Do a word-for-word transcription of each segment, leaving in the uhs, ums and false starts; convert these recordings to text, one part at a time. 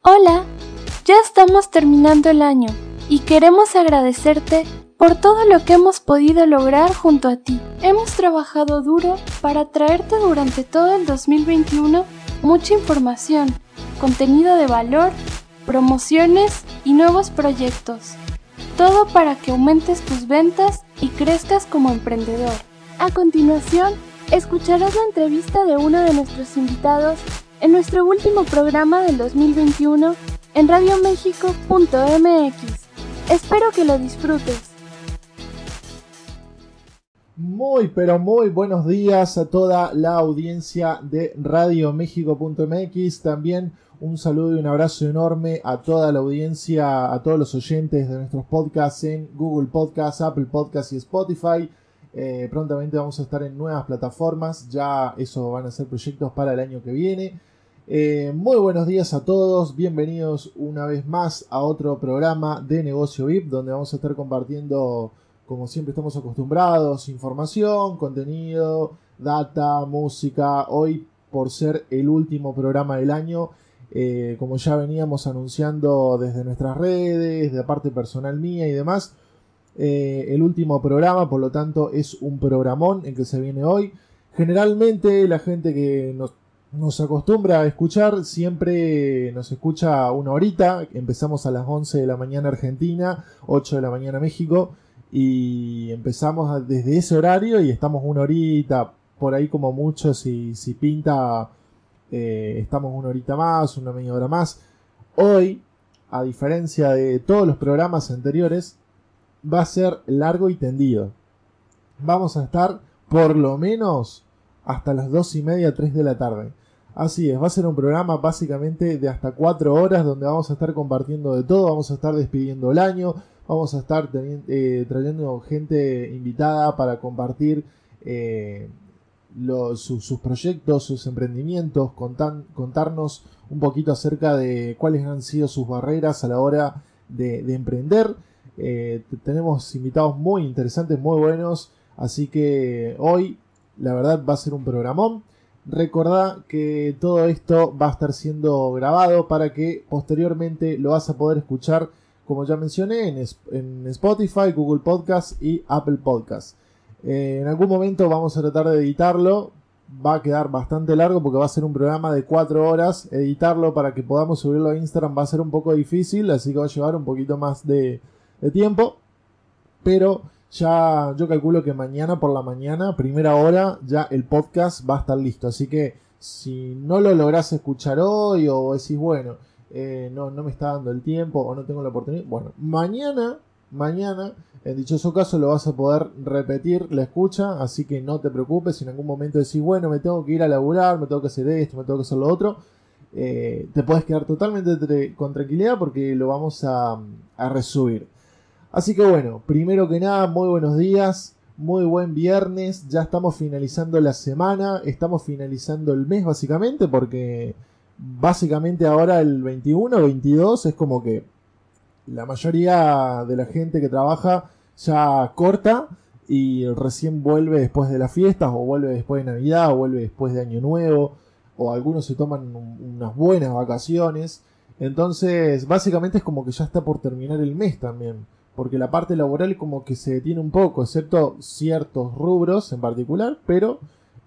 Hola, ya estamos terminando el año y queremos agradecerte por todo lo que hemos podido lograr junto a ti. Hemos trabajado duro para traerte durante todo el dos mil veintiuno mucha información, contenido de valor, promociones y nuevos proyectos. Todo para que aumentes tus ventas y crezcas como emprendedor. A continuación, escucharás la entrevista de uno de nuestros invitados en nuestro último programa del dos mil veintiuno en radio méxico punto m x. Espero que lo disfrutes. Muy, pero muy buenos días a toda la audiencia de radio méxico punto m x. También un saludo y un abrazo enorme a toda la audiencia, a todos los oyentes de nuestros podcasts en Google Podcasts, Apple Podcasts y Spotify. Eh, prontamente vamos a estar en nuevas plataformas, ya eso van a ser proyectos para el año que viene. Eh, muy buenos días a todos, bienvenidos una vez más a otro programa de Negocio V I P, donde vamos a estar compartiendo, como siempre estamos acostumbrados, información, contenido, data, música. Hoy, por ser el último programa del año, eh, como ya veníamos anunciando desde nuestras redes, de parte personal mía y demás, Eh, el último programa, por lo tanto es un programón el que se viene hoy. Generalmente la gente que nos, nos acostumbra a escuchar siempre nos escucha una horita. Empezamos a las once de la mañana Argentina, ocho de la mañana México, y empezamos a, desde ese horario y estamos una horita, por ahí como mucho, si, si pinta, eh, estamos una horita más, una media hora más. Hoy, a diferencia de todos los programas anteriores, va a ser largo y tendido. Vamos a estar por lo menos hasta las dos y media, tres de la tarde. Así es, va a ser un programa básicamente de hasta cuatro horas donde vamos a estar compartiendo de todo, vamos a estar despidiendo el año, vamos a estar teni- eh, trayendo gente invitada para compartir eh, los, sus, sus proyectos, sus emprendimientos, contan, contarnos un poquito acerca de cuáles han sido sus barreras a la hora de, de emprender. Eh, tenemos invitados muy interesantes, muy buenos, así que hoy la verdad va a ser un programón. Recordá que todo esto va a estar siendo grabado para que posteriormente lo vas a poder escuchar, como ya mencioné, en, en Spotify, Google Podcasts y Apple Podcasts. Eh, en algún momento vamos a tratar de editarlo, va a quedar bastante largo porque va a ser un programa de cuatro horas. Editarlo para que podamos subirlo a Instagram va a ser un poco difícil, así que va a llevar un poquito más de de tiempo, pero ya yo calculo que mañana por la mañana, primera hora, ya el podcast va a estar listo. Así que si no lo lográs escuchar hoy o decís, bueno, eh, no, no me está dando el tiempo o no tengo la oportunidad, bueno, mañana, mañana, en dichoso caso lo vas a poder repetir la escucha, así que no te preocupes si en algún momento decís, bueno, me tengo que ir a laburar, me tengo que hacer esto, me tengo que hacer lo otro. Eh, te puedes quedar totalmente tre- con tranquilidad porque lo vamos a, a resubir. Así que bueno, primero que nada, muy buenos días, muy buen viernes, ya estamos finalizando la semana, estamos finalizando el mes básicamente, porque básicamente ahora el veintiuno, veintidós es como que la mayoría de la gente que trabaja ya corta y recién vuelve después de las fiestas, o vuelve después de Navidad, o vuelve después de Año Nuevo, o algunos se toman un, unas buenas vacaciones. Entonces básicamente es como que ya está por terminar el mes también, porque la parte laboral como que se detiene un poco, excepto ciertos rubros en particular, pero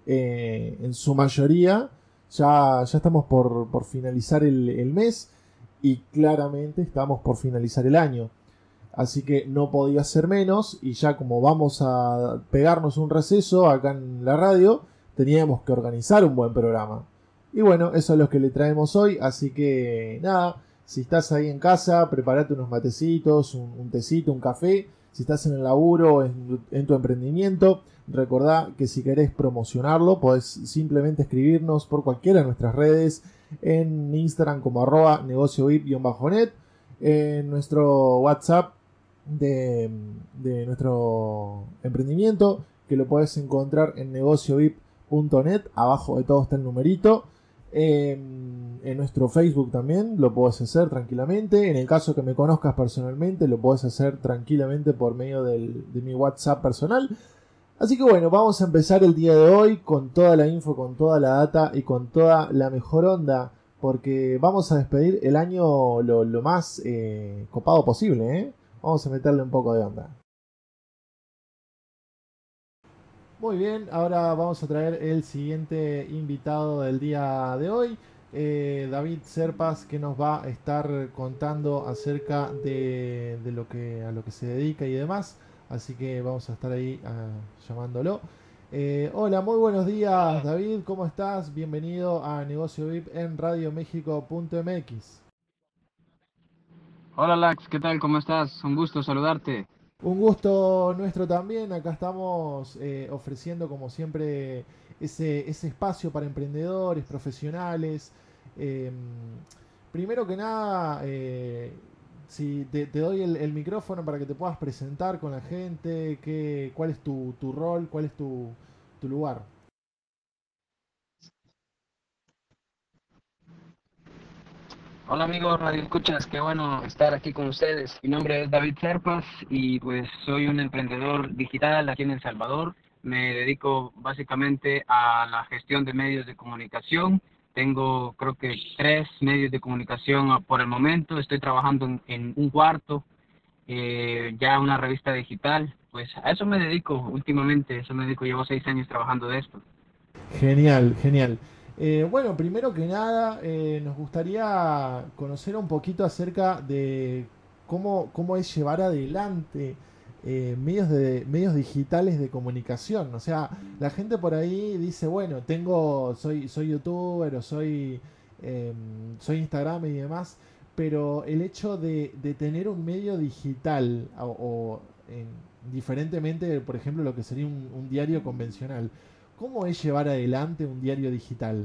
eh, en su mayoría ya, ya estamos por, por finalizar el, el mes y claramente estamos por finalizar el año. Así que no podía ser menos, y ya como vamos a pegarnos un receso acá en la radio, teníamos que organizar un buen programa. Y bueno, eso es lo que le traemos hoy, así que nada. Si estás ahí en casa, prepárate unos matecitos, un, un tecito, un café. Si estás en el laburo, en, en tu emprendimiento, recordá que si querés promocionarlo, podés simplemente escribirnos por cualquiera de nuestras redes, en Instagram como arroba negociovip-net, en nuestro WhatsApp de, de nuestro emprendimiento, que lo podés encontrar en negociovip punto net, abajo de todo está el numerito. En, en nuestro Facebook también lo podés hacer tranquilamente. En el caso que me conozcas personalmente, lo podés hacer tranquilamente por medio del, de mi WhatsApp personal. Así que bueno, vamos a empezar el día de hoy con toda la info, con toda la data y con toda la mejor onda porque vamos a despedir el año lo, lo más eh, copado posible, ¿eh? Vamos a meterle un poco de onda. Muy bien, ahora vamos a traer el siguiente invitado del día de hoy, eh, David Serpas, que nos va a estar contando acerca de, de lo que a lo que se dedica y demás. Así que vamos a estar ahí uh, llamándolo. Eh, hola, muy buenos días, David, ¿cómo estás? Bienvenido a Negocio V I P en radio méxico punto m x. Hola Lax, ¿qué tal? ¿Cómo estás? Un gusto saludarte. Un gusto nuestro también. Acá estamos eh, ofreciendo, como siempre, ese, ese espacio para emprendedores, profesionales. Eh, Primero que nada, eh, si te, te doy el, el micrófono para que te puedas presentar con la gente, qué, cuál es tu, tu rol, cuál es tu, tu lugar. Hola amigos Radio Escuchas, qué bueno estar aquí con ustedes. Mi nombre es David Serpas y pues soy un emprendedor digital aquí en El Salvador. Me dedico básicamente a la gestión de medios de comunicación. Tengo creo que tres medios de comunicación por el momento. Estoy trabajando en, en un cuarto, eh, ya una revista digital. Pues a eso me dedico últimamente, eso me dedico, llevo seis años trabajando de esto. Genial, genial. Eh, bueno, primero que nada, eh, nos gustaría conocer un poquito acerca de cómo, cómo es llevar adelante eh, medios de, medios digitales de comunicación. O sea, la gente por ahí dice, bueno, tengo, soy, soy youtuber o soy, eh, soy Instagram y demás, pero el hecho de, de tener un medio digital o, o, en- diferentemente, por ejemplo, lo que sería un un diario convencional. ¿Cómo es llevar adelante un diario digital?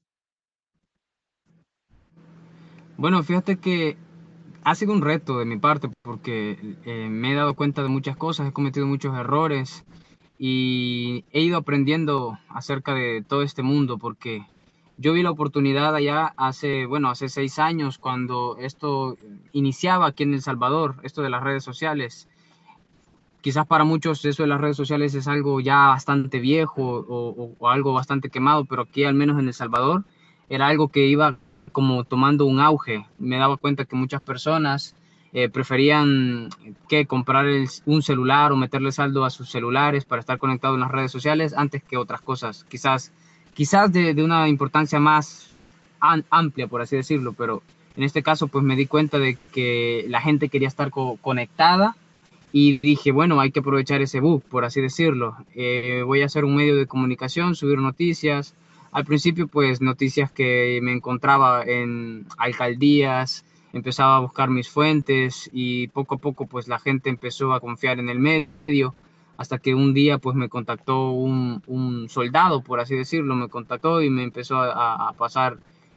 Bueno, fíjate que ha sido un reto de mi parte porque eh, me he dado cuenta de muchas cosas, he cometido muchos errores y he ido aprendiendo acerca de todo este mundo porque yo vi la oportunidad allá hace, bueno, hace seis años cuando esto iniciaba aquí en El Salvador, esto de las redes sociales. Quizás para muchos eso de las redes sociales es algo ya bastante viejo o, o- o algo bastante quemado, pero aquí al menos en El Salvador era algo que iba como tomando un auge. Me daba cuenta que muchas personas eh, preferían que comprar el- un celular o meterle saldo a sus celulares para estar conectado en las redes sociales antes que otras cosas. Quizás, quizás de, de una importancia más an- amplia, por así decirlo, pero en este caso pues me di cuenta de que la gente quería estar co- conectada y dije, bueno, hay que aprovechar ese bug, por así decirlo. Eh, voy a hacer un medio de comunicación, subir noticias. Al principio, pues noticias que me encontraba en alcaldías, empezaba a buscar mis fuentes y poco a poco, pues la gente empezó a confiar en el medio. Hasta que un día, pues me contactó un, un soldado, por así decirlo, me contactó y me empezó a, a pasar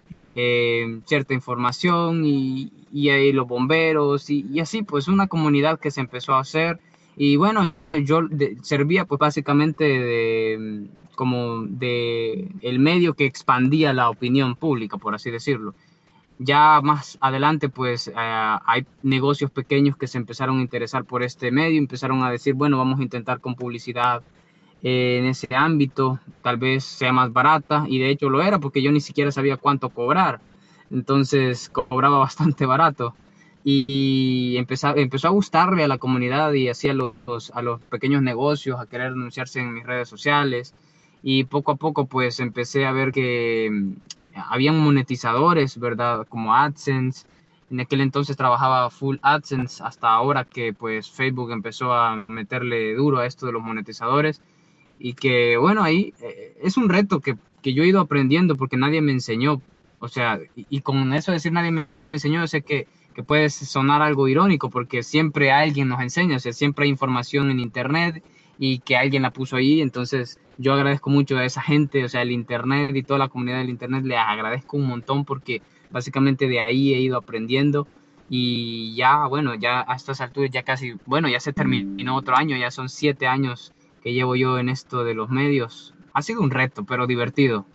eh, cierta información y, y ahí los bomberos y, y, así pues una comunidad que se empezó a hacer y bueno, yo de, servía pues básicamente de como de el medio que expandía la opinión pública, por así decirlo. Ya más adelante, pues eh, hay negocios pequeños que se empezaron a interesar por este medio, empezaron a decir, bueno, vamos a intentar con publicidad eh, en ese ámbito, tal vez sea más barata, y de hecho lo era porque yo ni siquiera sabía cuánto cobrar, entonces cobraba bastante barato. Y, y empezó, empezó a gustarle a la comunidad y así a los, a los pequeños negocios, a querer anunciarse en mis redes sociales. Y poco a poco pues empecé a ver que mm, habían monetizadores, ¿verdad? Como AdSense. En aquel entonces trabajaba full AdSense hasta ahora que pues Facebook empezó a meterle duro a esto de los monetizadores y que bueno, ahí eh, es un reto que, que yo he ido aprendiendo porque nadie me enseñó, o sea, y, y con eso decir nadie me enseñó, yo sé que, que puede sonar algo irónico porque siempre alguien nos enseña, o sea, siempre hay información en internet y que alguien la puso ahí, entonces yo agradezco mucho a esa gente, o sea, el internet y toda la comunidad del internet, les agradezco un montón porque básicamente de ahí he ido aprendiendo y ya, bueno, ya a estas alturas ya casi, bueno, ya se terminó otro año, ya son siete años que llevo yo en esto de los medios. Ha sido un reto, pero divertido.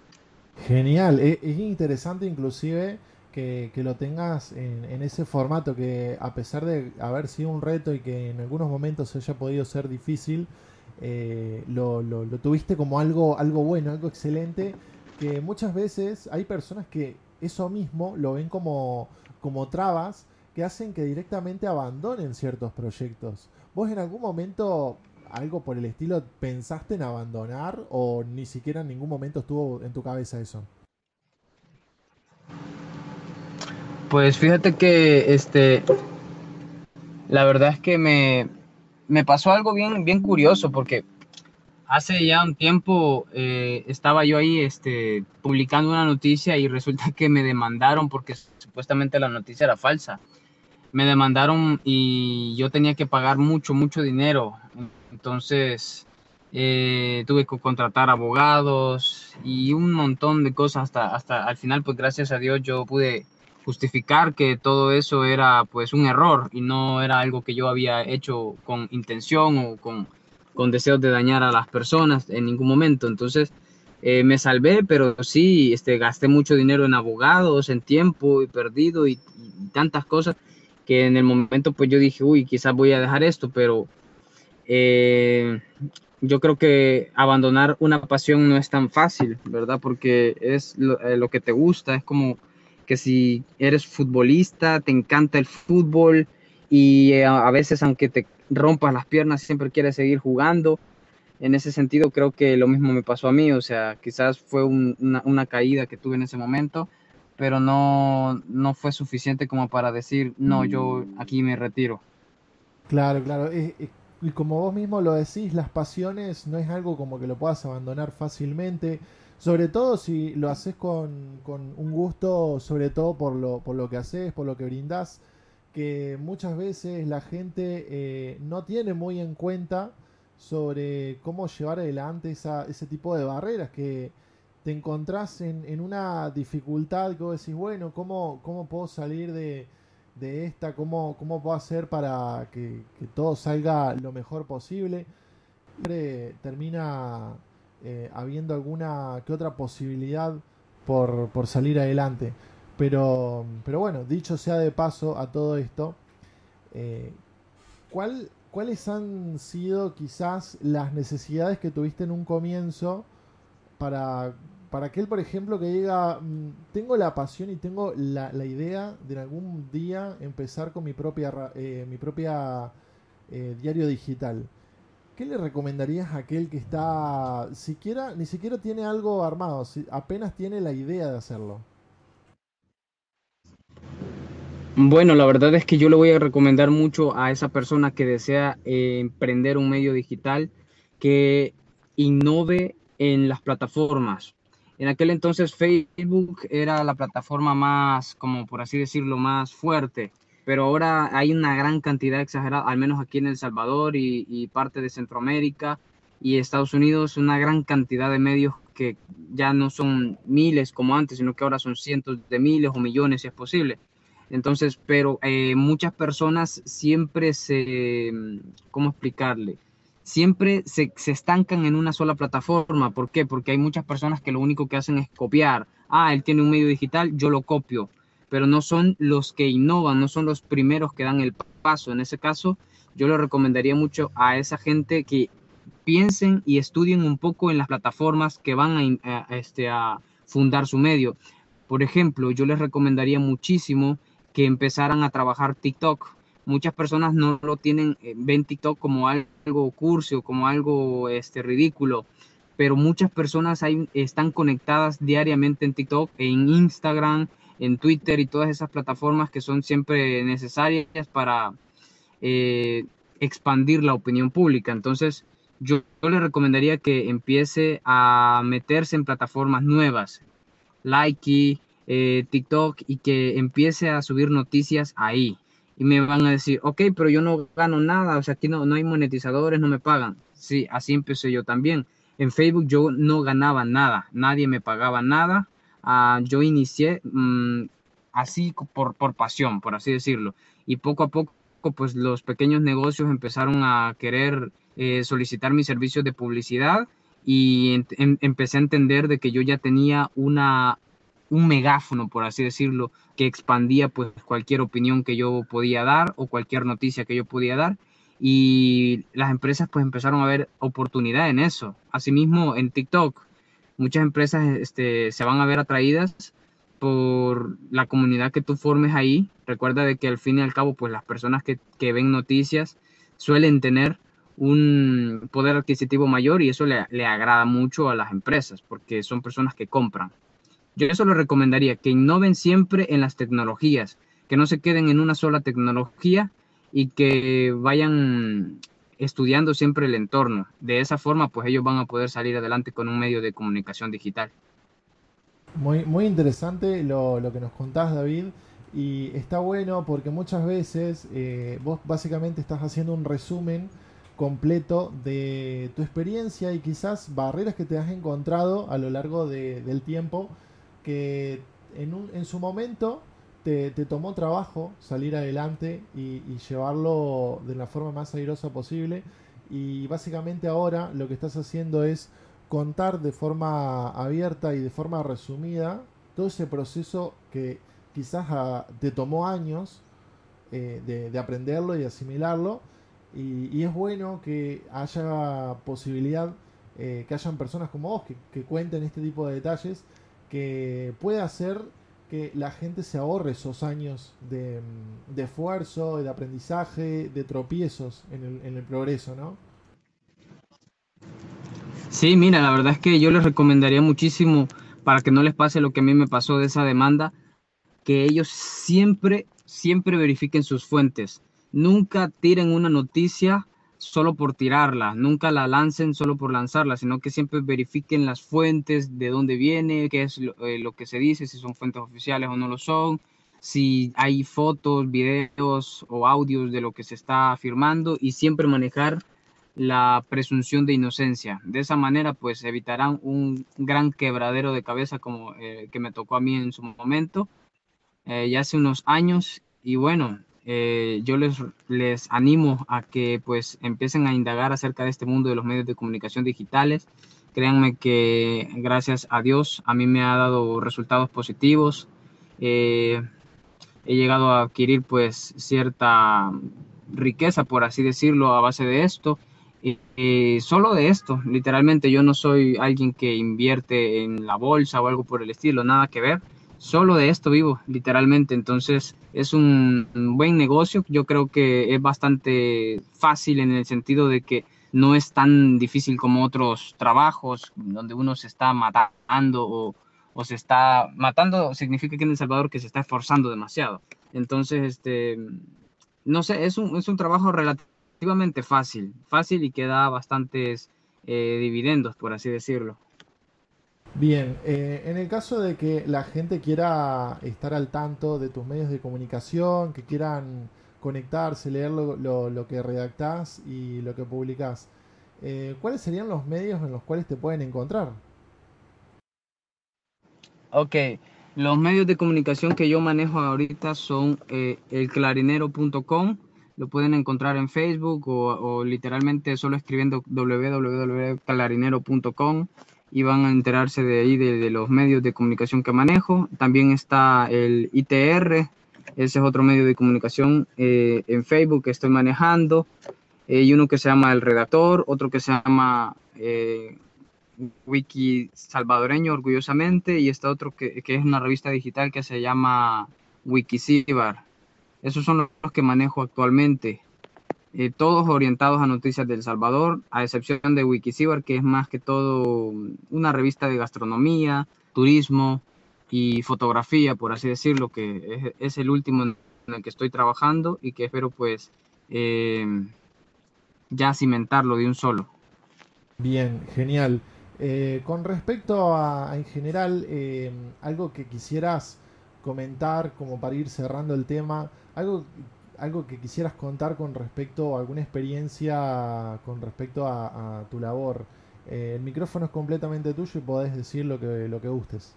Genial, e- es interesante inclusive que, que lo tengas en, en ese formato que a pesar de haber sido un reto y que en algunos momentos haya podido ser difícil, eh, lo, lo- lo tuviste como algo, algo bueno, algo excelente, que muchas veces hay personas que eso mismo lo ven como, como trabas que hacen que directamente abandonen ciertos proyectos. ¿Vos en algún momento, algo por el estilo, pensaste en abandonar o ni siquiera en ningún momento estuvo en tu cabeza eso? Pues fíjate que este, la verdad es que me, me pasó algo bien, bien curioso porque hace ya un tiempo eh, estaba yo ahí este, publicando una noticia y resulta que me demandaron porque supuestamente la noticia era falsa. Me demandaron y yo tenía que pagar mucho, mucho dinero. Entonces eh, tuve que contratar abogados y un montón de cosas hasta, hasta al final, pues gracias a Dios yo pude justificar que todo eso era pues un error y no era algo que yo había hecho con intención o con, con deseos de dañar a las personas en ningún momento. Entonces eh, me salvé, pero sí este, gasté mucho dinero en abogados, en tiempo y perdido y, y tantas cosas que en el momento pues yo dije, uy, quizás voy a dejar esto, pero eh, yo creo que abandonar una pasión no es tan fácil, ¿verdad? Porque es lo, eh, lo que te gusta, es como que si eres futbolista, te encanta el fútbol y eh, a veces aunque te rompas las piernas, siempre quieres seguir jugando. En ese sentido, creo que lo mismo me pasó a mí, o sea, quizás fue un, una, una caída que tuve en ese momento, pero no, no fue suficiente como para decir, no, yo aquí me retiro. Claro, claro. eh, eh, y como vos mismo lo decís, las pasiones no es algo como que lo puedas abandonar fácilmente. Sobre todo si lo haces con, con un gusto, sobre todo por lo, por lo que haces, por lo que brindás, que muchas veces la gente eh, no tiene muy en cuenta sobre cómo llevar adelante esa, ese tipo de barreras que te encontrás en, en una dificultad que vos decís, bueno, ¿cómo, cómo puedo salir de, de esta? ¿Cómo, cómo puedo hacer para que, que todo salga lo mejor posible? Siempre termina eh, habiendo alguna que otra posibilidad por, por salir adelante. Pero, pero bueno, dicho sea de paso a todo esto, eh, ¿cuál, ¿cuáles han sido quizás las necesidades que tuviste en un comienzo para, para aquel, por ejemplo, que diga, mm, tengo la pasión y tengo la, la idea de en algún día empezar con mi propia, ra- eh, mi propia eh, diario digital? ¿Qué le recomendarías a aquel que está, siquiera, ni siquiera tiene algo armado, si- apenas tiene la idea de hacerlo? Bueno, la verdad es que yo le voy a recomendar mucho a esa persona que desea eh, emprender un medio digital que innove en las plataformas. En aquel entonces Facebook era la plataforma más, como por así decirlo, más fuerte, pero ahora hay una gran cantidad exagerada, al menos aquí en El Salvador y, y parte de Centroamérica y Estados Unidos, una gran cantidad de medios que ya no son miles como antes, sino que ahora son cientos de miles o millones si es posible. Entonces, pero eh, muchas personas siempre se, ¿cómo explicarle? Siempre se, se estancan en una sola plataforma. ¿Por qué? Porque hay muchas personas que lo único que hacen es copiar. Ah, él tiene un medio digital, yo lo copio. Pero no son los que innovan, no son los primeros que dan el paso. En ese caso, yo le recomendaría mucho a esa gente que piensen y estudien un poco en las plataformas que van a, a, este, a fundar su medio. Por ejemplo, yo les recomendaría muchísimo que empezaran a trabajar TikTok. Muchas personas no lo tienen, eh, ven TikTok como algo cursi o como algo este, ridículo, pero muchas personas hay, están conectadas diariamente en TikTok, en Instagram, en Twitter y todas esas plataformas que son siempre necesarias para eh, expandir la opinión pública. Entonces, yo, yo le recomendaría que empiece a meterse en plataformas nuevas, Likey, eh, TikTok, y que empiece a subir noticias ahí. Y me van a decir, ok, pero yo no gano nada, o sea, aquí no, no hay monetizadores, no me pagan. Sí, así empecé yo también. En Facebook yo no ganaba nada, nadie me pagaba nada. Uh, yo inicié mmm, así por, por pasión, por así decirlo. Y poco a poco, pues los pequeños negocios empezaron a querer eh, solicitar mis servicios de publicidad y en, en, empecé a entender de que yo ya tenía una, un megáfono, por así decirlo, que expandía pues cualquier opinión que yo podía dar o cualquier noticia que yo podía dar y las empresas pues empezaron a ver oportunidad en eso. Asimismo, en TikTok, muchas empresas este, se van a ver atraídas por la comunidad que tú formes ahí. Recuerda de que al fin y al cabo, pues las personas que, que ven noticias suelen tener un poder adquisitivo mayor y eso le, le agrada mucho a las empresas porque son personas que compran. Yo eso lo recomendaría, que innoven siempre en las tecnologías, que no se queden en una sola tecnología y que vayan estudiando siempre el entorno. De esa forma, pues ellos van a poder salir adelante con un medio de comunicación digital. Muy, muy interesante lo, lo que nos contás, David, y está bueno porque muchas veces eh, vos básicamente estás haciendo un resumen completo de tu experiencia y quizás barreras que te has encontrado a lo largo de- del tiempo que en, un- en su momento te, te tomó trabajo salir adelante y, y llevarlo de la forma más airosa posible y básicamente ahora lo que estás haciendo es contar de forma abierta y de forma resumida todo ese proceso que quizás ah, te tomó años eh, de, de aprenderlo y asimilarlo. Y, y es bueno que haya posibilidad, eh, que hayan personas como vos que, que cuenten este tipo de detalles, que pueda hacer que la gente se ahorre esos años de, mm, de esfuerzo, de aprendizaje, de tropiezos en el, en el progreso, ¿no? Sí, mira, la verdad es que yo les recomendaría muchísimo para que no les pase lo que a mí me pasó de esa demanda, que ellos siempre, siempre verifiquen sus fuentes. Nunca tiren una noticia solo por tirarla, nunca la lancen solo por lanzarla, sino que siempre verifiquen las fuentes, de dónde viene, qué es lo, eh, lo que se dice, si son fuentes oficiales o no lo son, si hay fotos, videos o audios de lo que se está afirmando y siempre manejar la presunción de inocencia. De esa manera, pues evitarán un gran quebradero de cabeza como eh, que me tocó a mí en su momento eh, ya hace unos años y bueno, eh, yo les, les animo a que pues empiecen a indagar acerca de este mundo de los medios de comunicación digitales. Créanme que gracias a Dios a mí me ha dado resultados positivos. Eh, He llegado a adquirir pues cierta riqueza, por así decirlo, a base de esto. Y, y solo de esto, literalmente yo no soy alguien que invierte en la bolsa o algo por el estilo, nada que ver. Solo de esto vivo, literalmente. Entonces es un, un buen negocio. Yo creo que es bastante fácil en el sentido de que no es tan difícil como otros trabajos donde uno se está matando o, o se está matando, significa que en El Salvador que se está esforzando demasiado. Entonces, este, no sé, es un, es un trabajo relativamente fácil, fácil y que da bastantes eh, dividendos, por así decirlo. Bien, eh, en el caso de que la gente quiera estar al tanto de tus medios de comunicación, que quieran conectarse, leer lo, lo- lo que redactás y lo que publicás, eh, ¿cuáles serían los medios en los cuales te pueden encontrar? Ok, los medios de comunicación que yo manejo ahorita son eh, el clarinero punto com, lo pueden encontrar en Facebook o, o literalmente solo escribiendo w w w punto clarinero punto com y van a enterarse de ahí de, de los medios de comunicación que manejo. También está el I T R, ese es otro medio de comunicación eh, en Facebook que estoy manejando, eh, y uno que se llama El Redactor, otro que se llama eh, Wiki Salvadoreño, orgullosamente, y está otro que, que es una revista digital que se llama Wikisibar. Esos son los que manejo actualmente, eh, todos orientados a noticias de El Salvador, a excepción de Wikisibar, que es más que todo una revista de gastronomía, turismo y fotografía, por así decirlo, que es, es el último en el que estoy trabajando y que espero pues eh, ya cimentarlo de un solo. Bien, genial. Eh, con respecto a, a, en general, eh, algo que quisieras comentar como para ir cerrando el tema, algo, algo que quisieras contar con respecto a alguna experiencia con respecto a, a tu labor. Eh, el micrófono es completamente tuyo y podés decir lo que, lo que gustes.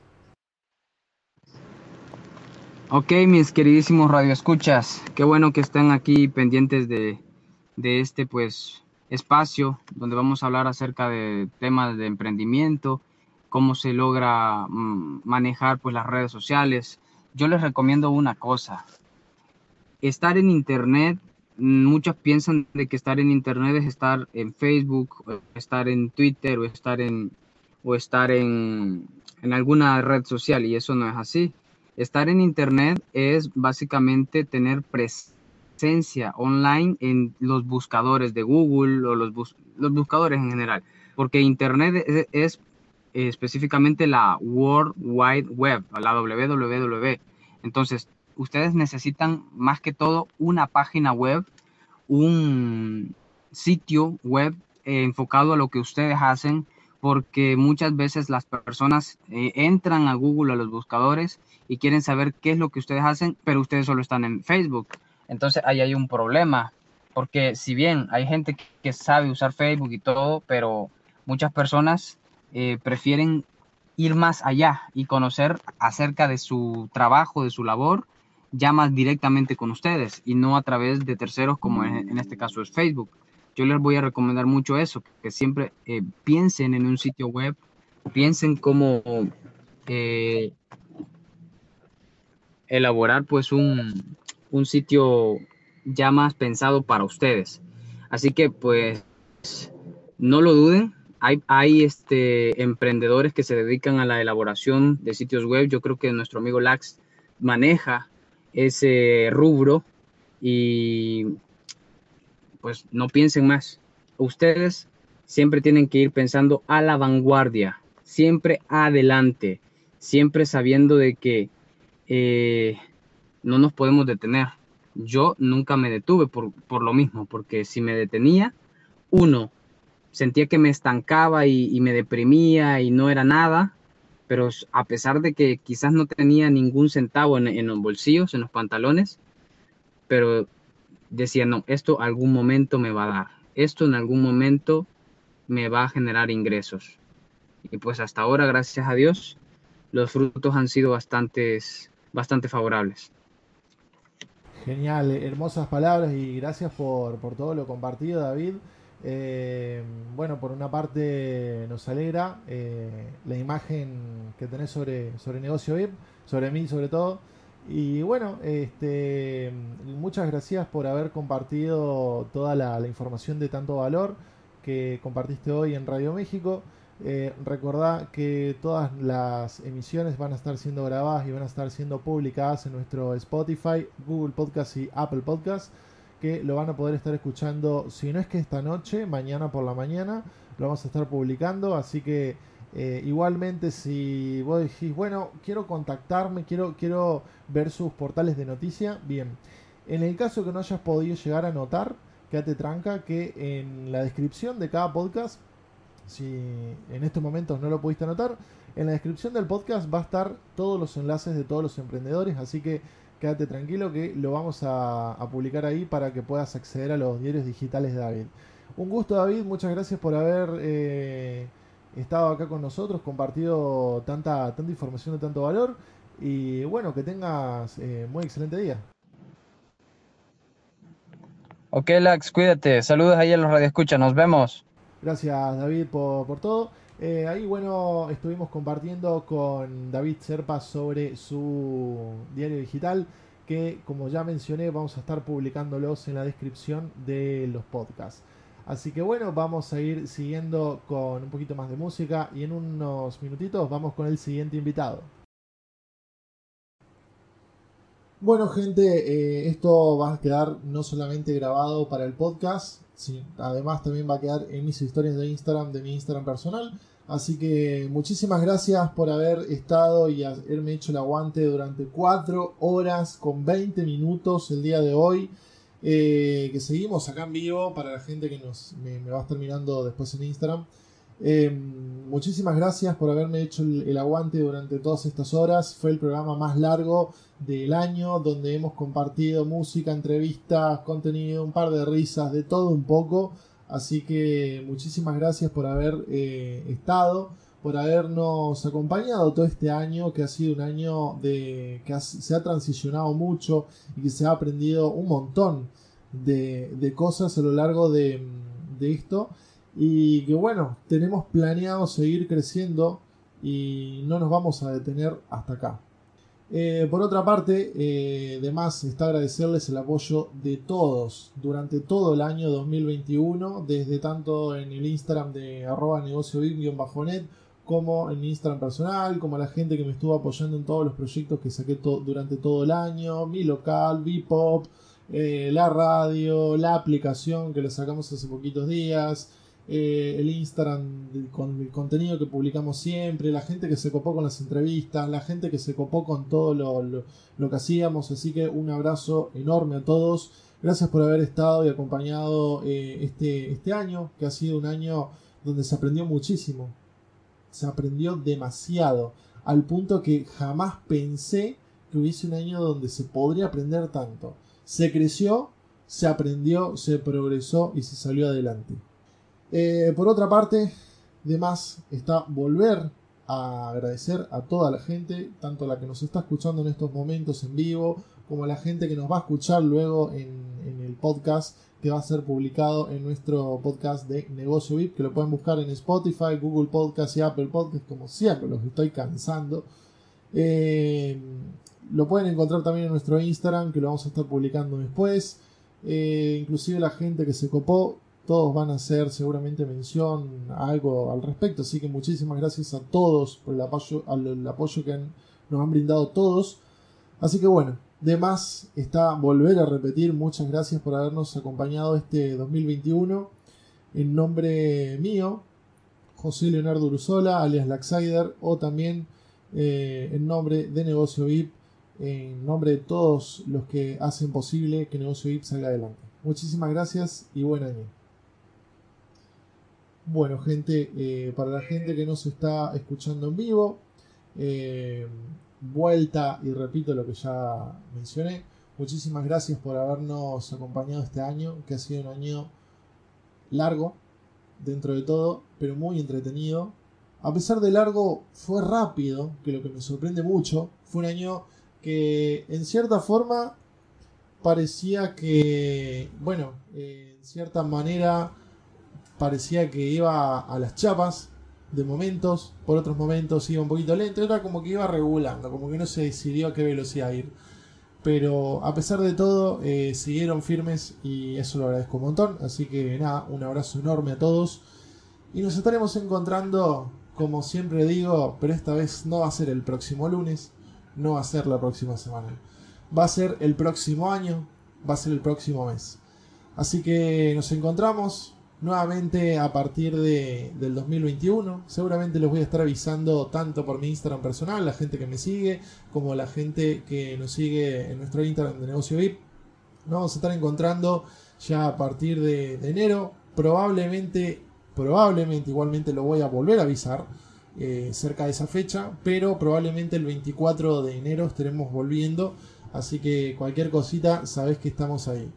Ok, mis queridísimos radioescuchas, qué bueno que estén aquí pendientes de, de este pues espacio donde vamos a hablar acerca de temas de emprendimiento, cómo se logra mm, manejar pues las redes sociales. Yo les recomiendo una cosa, estar en internet. mm, Muchos piensan de que estar en internet es estar en Facebook, o estar en Twitter o estar en o estar en, en alguna red social y eso no es así. Estar en Internet es básicamente tener presencia online en los buscadores de Google o los, bus los buscadores en general, porque Internet es, es eh, específicamente la World Wide Web, la W W W. Entonces, ustedes necesitan más que todo una página web, un sitio web eh, enfocado a lo que ustedes hacen, porque muchas veces las personas eh, entran a Google, a los buscadores, y quieren saber qué es lo que ustedes hacen, pero ustedes solo están en Facebook. Entonces ahí hay un problema, porque si bien hay gente que sabe usar Facebook y todo, pero muchas personas eh, prefieren ir más allá y conocer acerca de su trabajo, de su labor, ya más directamente con ustedes y no a través de terceros como en, en este caso es Facebook. Yo les voy a recomendar mucho eso, que siempre eh, piensen en un sitio web, piensen cómo eh, elaborar pues un, un sitio ya más pensado para ustedes. Así que pues no lo duden. Hay, hay este, emprendedores que se dedican a la elaboración de sitios web. Yo creo que nuestro amigo Lax maneja ese rubro y pues no piensen más. Ustedes siempre tienen que ir pensando a la vanguardia, siempre adelante, siempre sabiendo de que eh, no nos podemos detener. Yo nunca me detuve por, por lo mismo, porque si me detenía, uno, sentía que me estancaba y, y me deprimía y no era nada, pero a pesar de que quizás no tenía ningún centavo en, en los bolsillos, en los pantalones, pero decía, no, esto algún momento me va a dar, esto en algún momento me va a generar ingresos. Y pues hasta ahora, gracias a Dios, los frutos han sido bastantes, bastante favorables. Genial, hermosas palabras y gracias por, por todo lo compartido, David. Eh, bueno, por una parte nos alegra eh, la imagen que tenés sobre, sobre Negocio V I P, sobre mí sobre todo. Y bueno, este, muchas gracias por haber compartido toda la, la información de tanto valor que compartiste hoy en Radio México. Eh, recordá que todas las emisiones van a estar siendo grabadas y van a estar siendo publicadas en nuestro Spotify, Google Podcast y Apple Podcast, que lo van a poder estar escuchando, si no es que esta noche, mañana por la mañana, lo vamos a estar publicando, así que eh, igualmente si vos decís, bueno, quiero contactarme, quiero, quiero ver sus portales de noticia, bien, en el caso que no hayas podido llegar a notar, quédate tranca que en la descripción de cada podcast, si en estos momentos no lo pudiste anotar, en la descripción del podcast va a estar todos los enlaces de todos los emprendedores, así que quédate tranquilo que lo vamos a, a publicar ahí para que puedas acceder a los diarios digitales de David. Un gusto, David, muchas gracias por haber eh, estado acá con nosotros, compartido tanta, tanta información de tanto valor y bueno, que tengas eh, muy excelente día. Ok, Lax, cuídate. Saludos ahí a los radioescuchas. Nos vemos. Gracias, David, por, por todo. Eh, ahí, bueno, estuvimos compartiendo con David Serpa sobre su diario digital, que, como ya mencioné, vamos a estar publicándolos en la descripción de los podcasts. Así que, bueno, vamos a ir siguiendo con un poquito más de música y en unos minutitos vamos con el siguiente invitado. Bueno, gente, eh, esto va a quedar no solamente grabado para el podcast, sí, además también va a quedar en mis historias de Instagram, de mi Instagram personal. Así que muchísimas gracias por haber estado y haberme hecho el aguante durante cuatro horas con veinte minutos el día de hoy. Eh, que seguimos acá en vivo para la gente que nos, me, me va a estar mirando después en Instagram. Eh, muchísimas gracias por haberme hecho el, el aguante durante todas estas horas. Fue el programa más largo del año, donde hemos compartido música, entrevistas, contenido, un par de risas, de todo un poco. Así que muchísimas gracias por haber eh, estado, por habernos acompañado todo este año, que ha sido un año de que ha, se ha transicionado mucho y que se ha aprendido un montón de, de cosas a lo largo de, de esto. Y que bueno, tenemos planeado seguir creciendo y no nos vamos a detener hasta acá. Eh, por otra parte, eh, además está agradecerles el apoyo de todos durante todo el año dos mil veintiuno, desde tanto en el Instagram de arroba negocio net como en mi Instagram personal, como a la gente que me estuvo apoyando en todos los proyectos que saqué to- durante todo el año, mi local, Bpop, eh, la radio, la aplicación que le sacamos hace poquitos días, eh, el Instagram con el contenido que publicamos siempre, la gente que se copó con las entrevistas, la gente que se copó con todo lo, lo, lo que hacíamos. Así que un abrazo enorme a todos. Gracias por haber estado y acompañado eh, este, este año, que ha sido un año donde se aprendió muchísimo. Se aprendió demasiado, al punto que jamás pensé que hubiese un año donde se podría aprender tanto. Se creció, se aprendió, se progresó y se salió adelante. Eh, por otra parte, de más está volver a agradecer a toda la gente, tanto la que nos está escuchando en estos momentos en vivo, como a la gente que nos va a escuchar luego en, en el podcast que va a ser publicado en nuestro podcast de Negocio V I P, que lo pueden buscar en Spotify, Google Podcast y Apple Podcast, como siempre, los estoy cansando. Eh, lo pueden encontrar también en nuestro Instagram, que lo vamos a estar publicando después. Eh, inclusive la gente que se copó, todos van a hacer seguramente mención a algo al respecto, así que muchísimas gracias a todos por el apoyo, el apoyo que han, nos han brindado todos. Así que bueno, de más está volver a repetir, muchas gracias por habernos acompañado este dos mil veintiuno. En nombre mío, José Leonardo Uruzola, alias Laxider, o también eh, en nombre de Negocio V I P, en nombre de todos los que hacen posible que Negocio V I P salga adelante. Muchísimas gracias y buen año. Bueno, gente, eh, para la gente que nos está escuchando en vivo, eh, vuelta y repito lo que ya mencioné, muchísimas gracias por habernos acompañado este año, que ha sido un año largo dentro de todo, pero muy entretenido. A pesar de largo, fue rápido, que lo que me sorprende mucho. Fue un año que en cierta forma parecía que, bueno, eh, en cierta manera parecía que iba a las chapas de momentos, por otros momentos iba un poquito lento, era como que iba regulando, como que no se decidió a qué velocidad ir. Pero a pesar de todo, eh, siguieron firmes y eso lo agradezco un montón. Así que nada, un abrazo enorme a todos. Y nos estaremos encontrando, como siempre digo, pero esta vez no va a ser el próximo lunes, no va a ser la próxima semana. Va a ser el próximo año, va a ser el próximo mes. Así que nos encontramos nuevamente a partir de, del dos mil veintiuno. Seguramente les voy a estar avisando tanto por mi Instagram personal, la gente que me sigue, como la gente que nos sigue en nuestro Instagram de Negocio V I P. Nos vamos a estar encontrando ya a partir de, de enero. Probablemente, probablemente igualmente lo voy a volver a avisar eh, cerca de esa fecha, pero probablemente el veinticuatro de enero estaremos volviendo. Así que cualquier cosita, sabés que estamos ahí.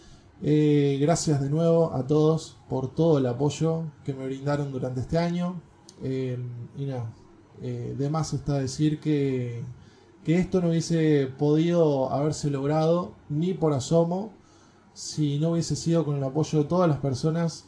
Eh, gracias de nuevo a todos por todo el apoyo que me brindaron durante este año. Eh, y nada, eh, de más está decir que, que esto no hubiese podido haberse logrado ni por asomo si no hubiese sido con el apoyo de todas las personas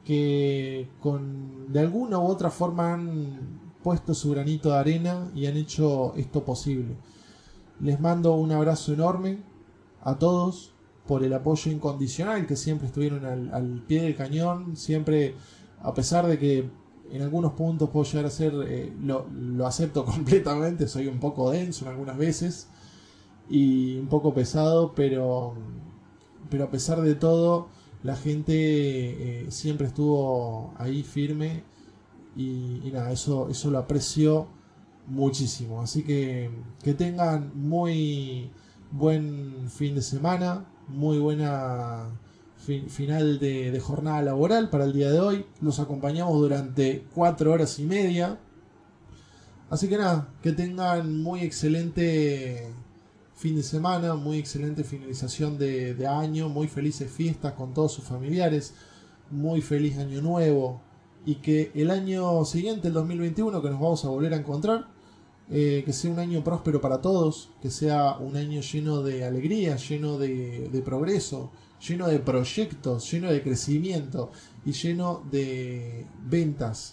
que con, de alguna u otra forma han puesto su granito de arena y han hecho esto posible. Les mando un abrazo enorme a todos por el apoyo incondicional que siempre estuvieron al, al pie del cañón, siempre, a pesar de que en algunos puntos puedo llegar a ser, eh, lo, lo acepto completamente, soy un poco denso en algunas veces y un poco pesado, pero, pero a pesar de todo, la gente eh, siempre estuvo ahí firme y, y nada, eso, eso lo aprecio muchísimo. Así que que tengan muy buen fin de semana, muy buena fin, final de, de jornada laboral para el día de hoy. Los acompañamos durante cuatro horas y media. Así que nada, que tengan muy excelente fin de semana, muy excelente finalización de, de año, muy felices fiestas con todos sus familiares, muy feliz año nuevo y que el año siguiente, el dos mil veintiuno, que nos vamos a volver a encontrar, Eh, que sea un año próspero para todos, que sea un año lleno de alegría, lleno de, de progreso, lleno de proyectos, lleno de crecimiento y lleno de ventas.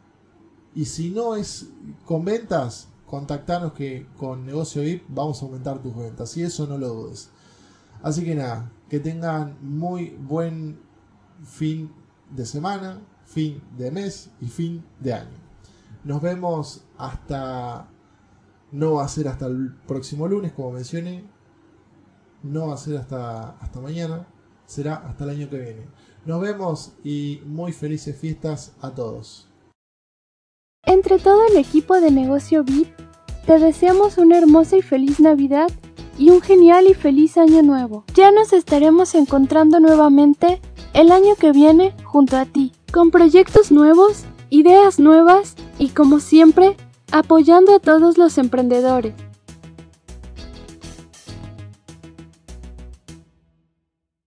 Y si no es con ventas, contactanos que con Negocio V I P vamos a aumentar tus ventas, y eso no lo dudes. Así que nada, que tengan muy buen fin de semana, fin de mes y fin de año. Nos vemos hasta... No va a ser hasta el próximo lunes, como mencioné. No va a ser hasta, hasta mañana. Será hasta el año que viene. Nos vemos y muy felices fiestas a todos. Entre todo el equipo de Negocio V I P, te deseamos una hermosa y feliz Navidad y un genial y feliz año nuevo. Ya nos estaremos encontrando nuevamente el año que viene junto a ti, con proyectos nuevos, ideas nuevas y como siempre, apoyando a todos los emprendedores.